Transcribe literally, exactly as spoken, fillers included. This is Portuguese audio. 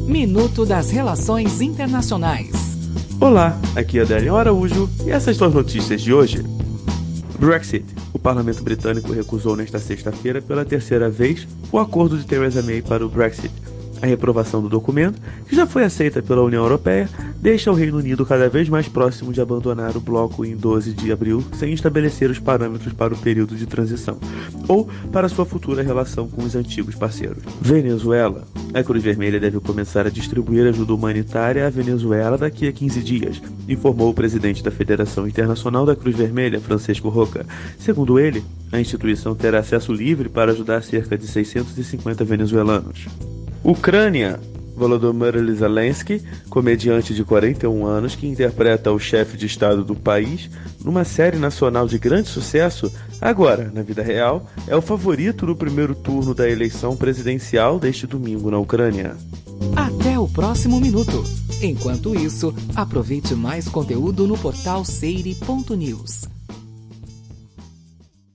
Minuto das Relações Internacionais. Olá, aqui é Adélio Araújo e essas são as notícias de hoje. Brexit. O parlamento britânico recusou nesta sexta-feira pela terceira vez o acordo de Theresa May para o Brexit. A reprovação do documento, que já foi aceita pela União Europeia, deixa o Reino Unido cada vez mais próximo de abandonar o bloco em doze de abril, sem estabelecer os parâmetros para o período de transição, ou para sua futura relação com os antigos parceiros. Venezuela. A Cruz Vermelha deve começar a distribuir ajuda humanitária à Venezuela daqui a quinze dias, informou o presidente da Federação Internacional da Cruz Vermelha, Francisco Roca. Segundo ele, a instituição terá acesso livre para ajudar cerca de seiscentos e cinquenta venezuelanos. Ucrânia. Volodymyr Zelensky, comediante de quarenta e um anos que interpreta o chefe de estado do país numa série nacional de grande sucesso, agora, na vida real, é o favorito no primeiro turno da eleição presidencial deste domingo na Ucrânia. Até o próximo minuto. Enquanto isso, aproveite mais conteúdo no portal seire ponto news.